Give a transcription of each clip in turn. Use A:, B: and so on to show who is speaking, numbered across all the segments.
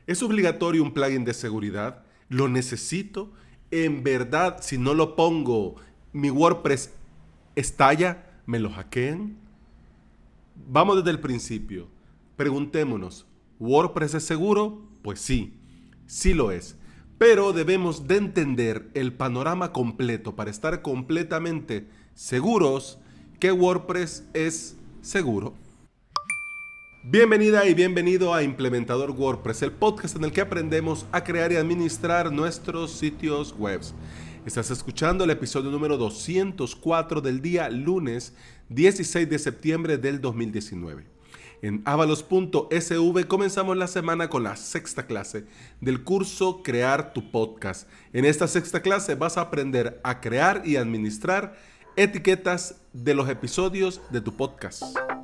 A: ¿Es obligatorio un plugin de seguridad? ¿Lo necesito? ¿En verdad, si no lo pongo, mi WordPress estalla? ¿Me lo hackean? Vamos desde el principio. Preguntémonos, ¿WordPress es seguro? Pues sí, sí lo es. Pero debemos de entender el panorama completo para estar completamente seguros que WordPress es seguro. Bienvenida y bienvenido a Implementador WordPress, el podcast en el que aprendemos a crear y administrar nuestros sitios web. Estás escuchando el episodio número 204 del día lunes 16 de septiembre del 2019. En avalos.sv comenzamos la semana con la sexta clase del curso Crear tu Podcast. En esta sexta clase vas a aprender a crear y administrar etiquetas de los episodios de tu podcast.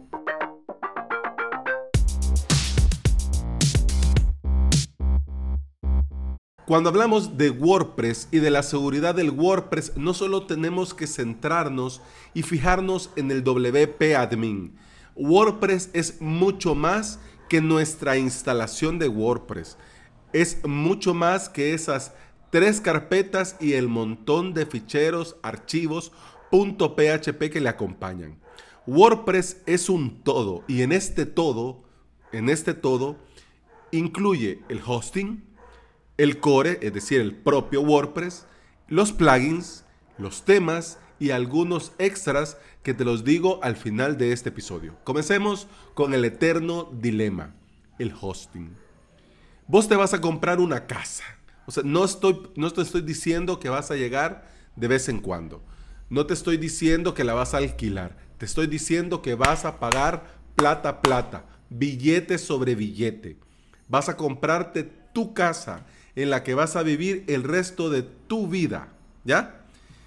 A: Cuando hablamos de WordPress y de la seguridad del WordPress, no solo tenemos que centrarnos y fijarnos en el WP Admin. WordPress es mucho más que nuestra instalación de WordPress. Es mucho más que esas 3 carpetas y el montón de ficheros, archivos, .php que le acompañan. WordPress es un todo y en este todo incluye el hosting, el core, es decir, el propio WordPress, los plugins, los temas y algunos extras que te los digo al final de este episodio. Comencemos con el eterno dilema, el hosting. Vos te vas a comprar una casa. O sea, no te estoy diciendo que vas a llegar de vez en cuando. No te estoy diciendo que la vas a alquilar. Te estoy diciendo que vas a pagar plata, billete sobre billete. Vas a comprarte tu casa en la que vas a vivir el resto de tu vida, ¿ya?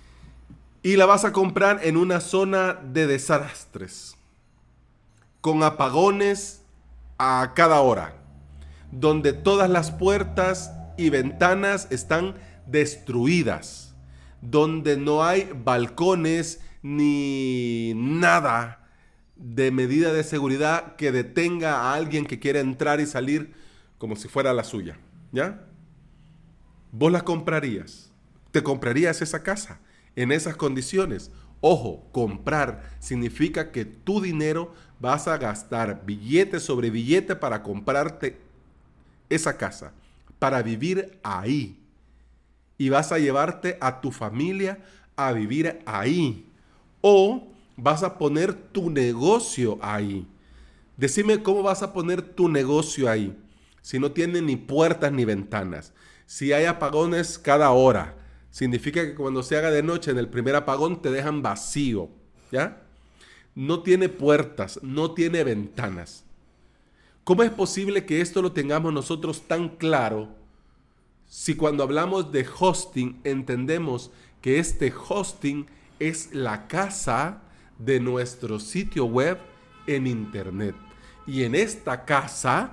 A: Y la vas a comprar en una zona de desastres, con apagones a cada hora, donde todas las puertas y ventanas están destruidas, donde no hay balcones ni nada de medida de seguridad que detenga a alguien que quiera entrar y salir como si fuera la suya, ¿ya? ¿Vos la comprarías? ¿Te comprarías esa casa en esas condiciones? Ojo, comprar significa que tu dinero vas a gastar billete sobre billete para comprarte esa casa, para vivir ahí. Y vas a llevarte a tu familia a vivir ahí. O vas a poner tu negocio ahí. Decime cómo vas a poner tu negocio ahí si no tiene ni puertas ni ventanas. Si hay apagones cada hora, significa que cuando se haga de noche en el primer apagón te dejan vacío, ¿ya? No tiene puertas, no tiene ventanas. ¿Cómo es posible que esto lo tengamos nosotros tan claro si cuando hablamos de hosting entendemos que este hosting es la casa de nuestro sitio web en internet? Y en esta casa,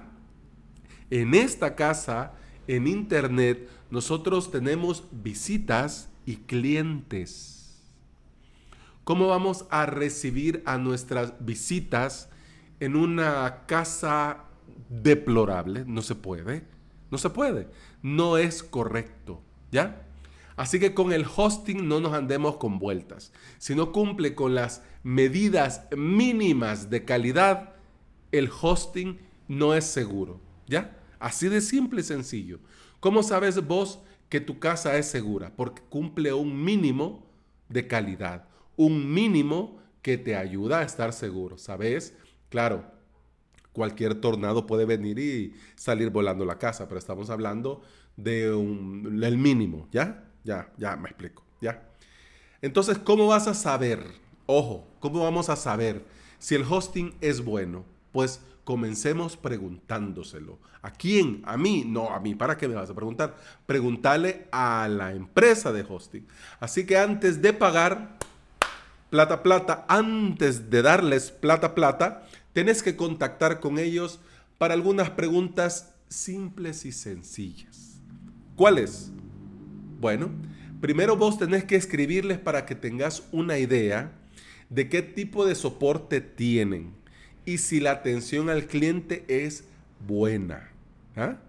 A: en internet, nosotros tenemos visitas y clientes. ¿Cómo vamos a recibir a nuestras visitas en una casa deplorable? No se puede. No es correcto, ¿ya? Así que con el hosting no nos andemos con vueltas. Si no cumple con las medidas mínimas de calidad, el hosting no es seguro, ¿ya? Así de simple y sencillo. ¿Cómo sabes vos que tu casa es segura? Porque cumple un mínimo de calidad, un mínimo que te ayuda a estar seguro, ¿sabes? Claro, cualquier tornado puede venir y salir volando la casa, pero estamos hablando del mínimo, ¿ya? Ya me explico, ¿ya? Entonces, ¿cómo vas a saber? Ojo, ¿cómo vamos a saber si el hosting es bueno? Pues comencemos preguntándoselo. ¿A quién? ¿A mí? No, a mí. ¿Para qué me vas a preguntar? Pregúntale a la empresa de hosting. Así que antes de pagar plata, antes de darles plata, tenés que contactar con ellos para algunas preguntas simples y sencillas. ¿Cuáles? Bueno, primero vos tenés que escribirles para que tengas una idea de qué tipo de soporte tienen y si la atención al cliente es buena. ¿Ah?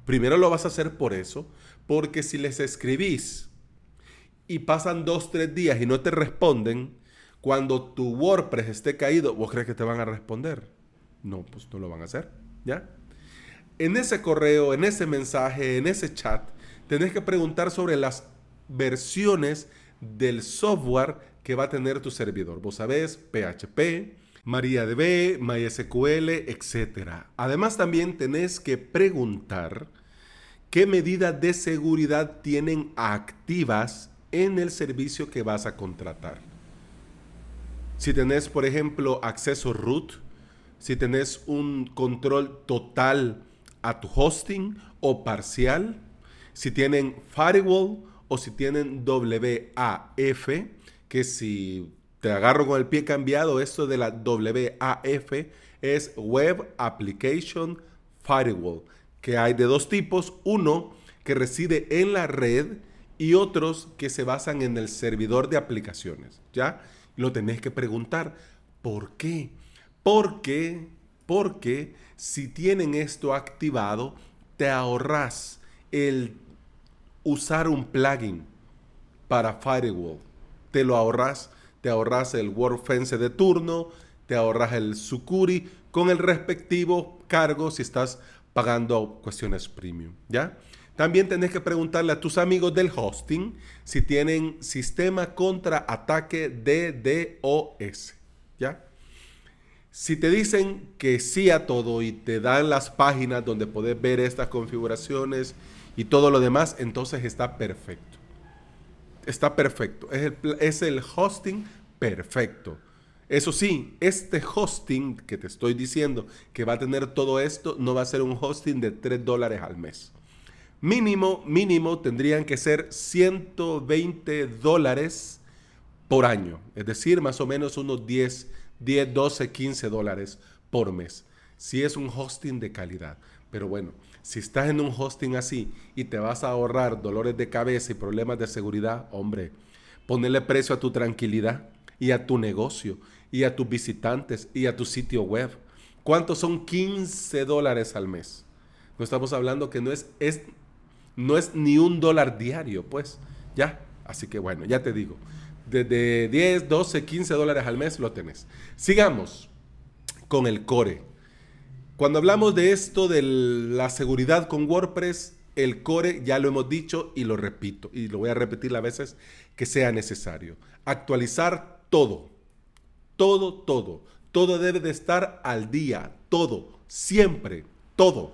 A: Primero lo vas a hacer por eso, porque si les escribís y pasan 2, 3 días y no te responden, cuando tu WordPress esté caído, ¿vos crees que te van a responder? No, pues no lo van a hacer, ¿ya? En ese correo, en ese mensaje, en ese chat, tenés que preguntar sobre las versiones del software que va a tener tu servidor. Vos sabés, PHP, MariaDB, MySQL, etc. Además, también tenés que preguntar qué medidas de seguridad tienen activas en el servicio que vas a contratar. Si tenés, por ejemplo, acceso root, si tenés un control total a tu hosting o parcial, si tienen firewall o si tienen WAF, que si te agarro con el pie cambiado, esto de la WAF es Web Application Firewall, que hay de dos tipos, uno que reside en la red y otros que se basan en el servidor de aplicaciones, ¿ya? Lo tenés que preguntar, ¿por qué? Porque si tienen esto activado, te ahorras el usar un plugin para Firewall. Te lo ahorras, te ahorras el WordFence de turno, te ahorras el Sucuri con el respectivo cargo si estás pagando cuestiones premium, ¿ya? También tenés que preguntarle a tus amigos del hosting si tienen sistema contra ataque DDoS, ¿ya? Si te dicen que sí a todo y te dan las páginas donde podés ver estas configuraciones y todo lo demás, entonces está perfecto. Está perfecto. Es el hosting perfecto. Eso sí, este hosting que te estoy diciendo que va a tener todo esto no va a ser un hosting de $3 al mes. Mínimo tendrían que ser $120 por año. Es decir, más o menos unos 10, 12, $15 por mes. Si es un hosting de calidad. Pero bueno, si estás en un hosting así y te vas a ahorrar dolores de cabeza y problemas de seguridad, hombre, ponele precio a tu tranquilidad y a tu negocio y a tus visitantes y a tu sitio web. ¿Cuántos son $15 al mes? No estamos hablando que no es ni $1 diario, pues, ya. Así que bueno, ya te digo, desde 10, 12, $15 al mes lo tenés. Sigamos con el core. Cuando hablamos de esto de la seguridad con WordPress, el core ya lo hemos dicho y lo repito, y lo voy a repetir las veces que sea necesario. Actualizar todo. Todo debe de estar al día. Todo. Siempre. Todo.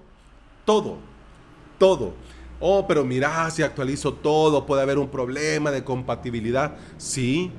A: Oh, pero mira, si actualizo todo, puede haber un problema de compatibilidad. Sí,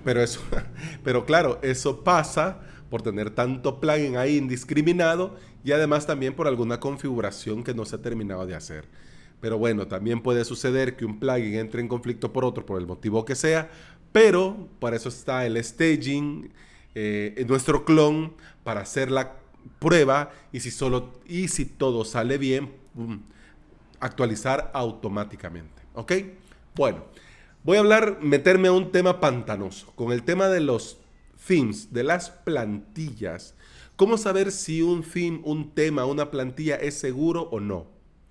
A: pero claro, eso pasa por tener tanto plugin ahí indiscriminado y además también por alguna configuración que no se ha terminado de hacer. Pero bueno, también puede suceder que un plugin entre en conflicto por otro, por el motivo que sea, pero para eso está el staging, nuestro clon, para hacer la prueba y si todo sale bien, actualizar automáticamente. ¿Ok? Bueno, voy a meterme a un tema pantanoso, con el tema de los themes, de las plantillas. ¿Cómo saber si un theme, un tema, una plantilla es seguro o no?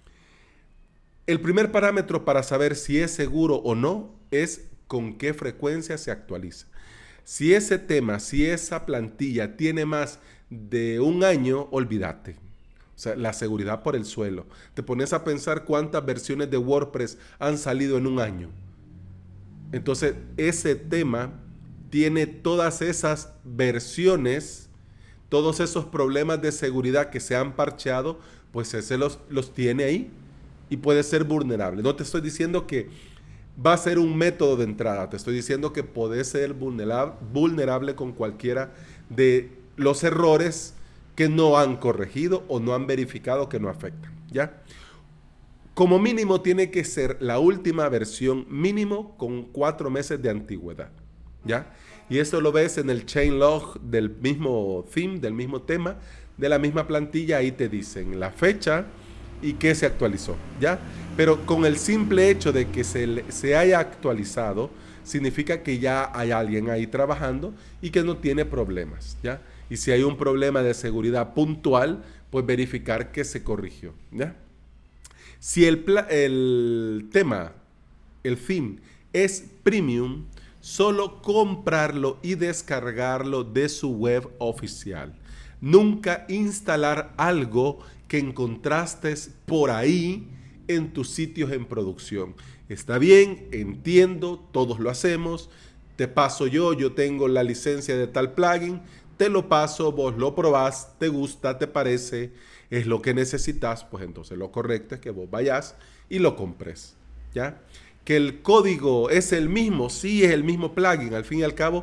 A: El primer parámetro para saber si es seguro o no es con qué frecuencia se actualiza. Si ese tema, si esa plantilla tiene más de un año, olvídate. O sea, la seguridad por el suelo. Te pones a pensar cuántas versiones de WordPress han salido en un año. Entonces, ese tema tiene todas esas versiones, todos esos problemas de seguridad que se han parcheado, pues ese los tiene ahí y puede ser vulnerable. No te estoy diciendo que va a ser un método de entrada, te estoy diciendo que puede ser vulnerable con cualquiera de los errores que no han corregido o no han verificado que no afectan, ¿ya? Como mínimo tiene que ser la última versión, mínimo con 4 meses de antigüedad, ¿ya? Y esto lo ves en el changelog del mismo theme, del mismo tema, de la misma plantilla. Ahí te dicen la fecha y qué se actualizó, ¿ya? Pero con el simple hecho de que se haya actualizado, significa que ya hay alguien ahí trabajando y que no tiene problemas, ¿ya? Y si hay un problema de seguridad puntual, pues verificar que se corrigió, ¿ya? Si el tema, el theme, es premium, solo comprarlo y descargarlo de su web oficial. Nunca instalar algo que encontraste por ahí en tus sitios en producción. Está bien, entiendo, todos lo hacemos. Te paso yo tengo la licencia de tal plugin, te lo paso, vos lo probás, te gusta, te parece, es lo que necesitas, pues entonces lo correcto es que vos vayas y lo compres, ¿ya? Que el código es el mismo, sí es el mismo plugin, al fin y al cabo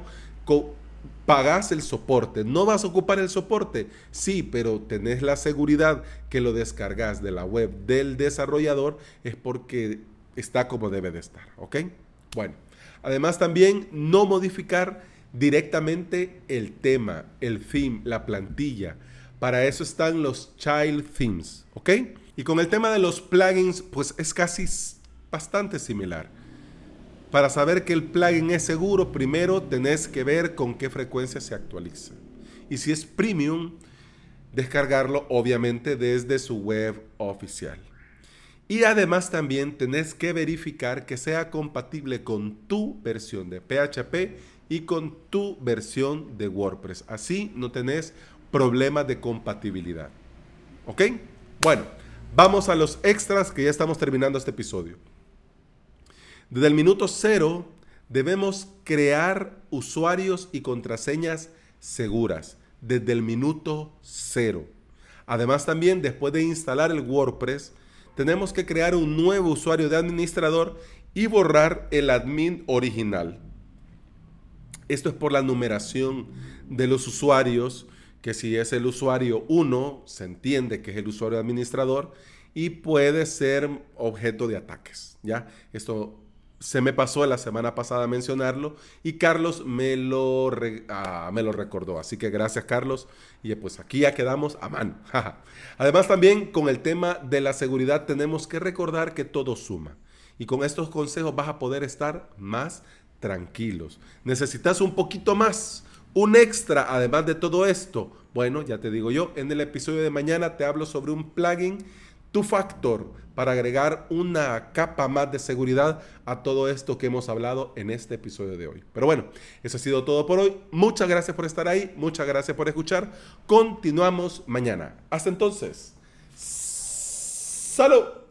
A: pagás el soporte. ¿No vas a ocupar el soporte? Sí, pero tenés la seguridad que lo descargas de la web del desarrollador es porque está como debe de estar, ¿ok? Bueno, además también no modificar directamente el tema, el theme, la plantilla. Para eso están los child themes, ¿ok? Y con el tema de los plugins, pues es casi bastante similar. Para saber que el plugin es seguro, primero tenés que ver con qué frecuencia se actualiza. Y si es premium, descargarlo obviamente desde su web oficial. Y además también tenés que verificar que sea compatible con tu versión de PHP y con tu versión de WordPress. Así no tenés problemas de compatibilidad. ¿Ok? Bueno, vamos a los extras que ya estamos terminando este episodio. Desde el minuto 0 debemos crear usuarios y contraseñas seguras. Desde el minuto 0. Además también después de instalar el WordPress, tenemos que crear un nuevo usuario de administrador y borrar el admin original. Esto es por la numeración de los usuarios, que si es el usuario 1, se entiende que es el usuario administrador y puede ser objeto de ataques, ¿ya? Esto se me pasó la semana pasada mencionarlo y Carlos me lo recordó. Así que gracias, Carlos. Y pues aquí ya quedamos a mano. Además también con el tema de la seguridad tenemos que recordar que todo suma. Y con estos consejos vas a poder estar más tranquilos. ¿Necesitas un poquito más? Un extra además de todo esto. Bueno, ya te digo yo, en el episodio de mañana te hablo sobre un plugin Two-Factor para agregar una capa más de seguridad a todo esto que hemos hablado en este episodio de hoy. Pero bueno, eso ha sido todo por hoy. Muchas gracias por estar ahí, muchas gracias por escuchar. Continuamos mañana. Hasta entonces. ¡Salud!